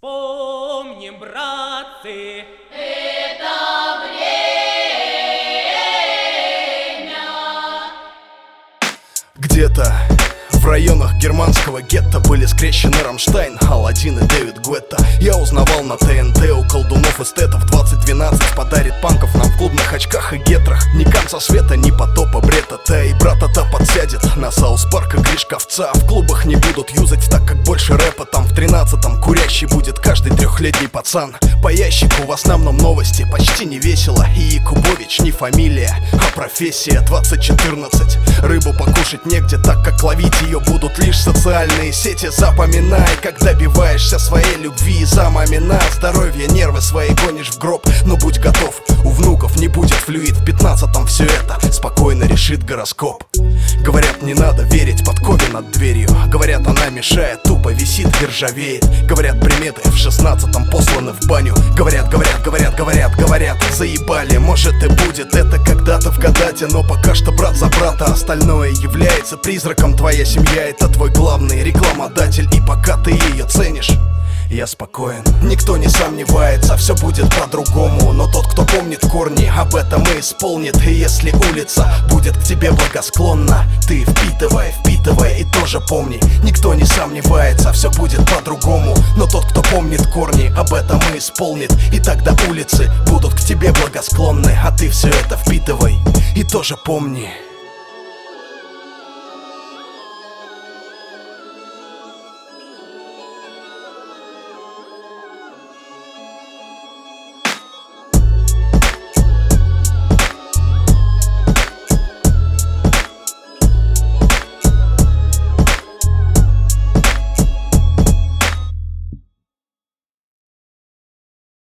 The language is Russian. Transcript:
Вспомним, братцы, это время. Где-то в районах германского гетто были скрещены Рамштайн, Аладдин и Дэвид Гуэтта. Я узнавал на ТНТ у колдунов эстетов 2012 подарит панков нам в клубных очках и гетрах. Ни конца света, ни потопа, бред-то и брата-то подсядет на Саус Парка Гришковца. В клубах не будут юзать, так как больше рэпа там. В 13-м курящий будет каждый трехлетний пацан. По ящику в основном новости, почти не весело. И Якубович не фамилия, а профессия. 2014, рыбу покушать негде, так как ловить ее будут лишь социальные сети. Запоминай, как добиваешься своей любви за мамина. Здоровье, нервы свои гонишь в гроб, но будь готов, у внуков не будет флюид. В 15-м все это спокойно решит гороскоп. Говорят, не надо верить подкове над дверью. Говорят, она мешает, тупо висит и ржавеет. Говорят, приметы в 16-м посланы в баню. Говорят, заебали. Может и будет это когда-то в гадате, но пока что брат за брата. Остальное является призраком. Твоя семья — это твой главный рекламодатель, и пока ты ее ценишь, я спокоен. Никто не сомневается, все будет по-другому. Но тот, кто помнит корни, об этом и исполнит. И если улица будет к тебе благосклонна, ты впитывай и тоже помни. Никто не сомневается, все будет по-другому. Но тот, кто помнит корни, об этом и исполнит. И тогда улицы будут к тебе благосклонны, а ты все это впитывай и тоже помни.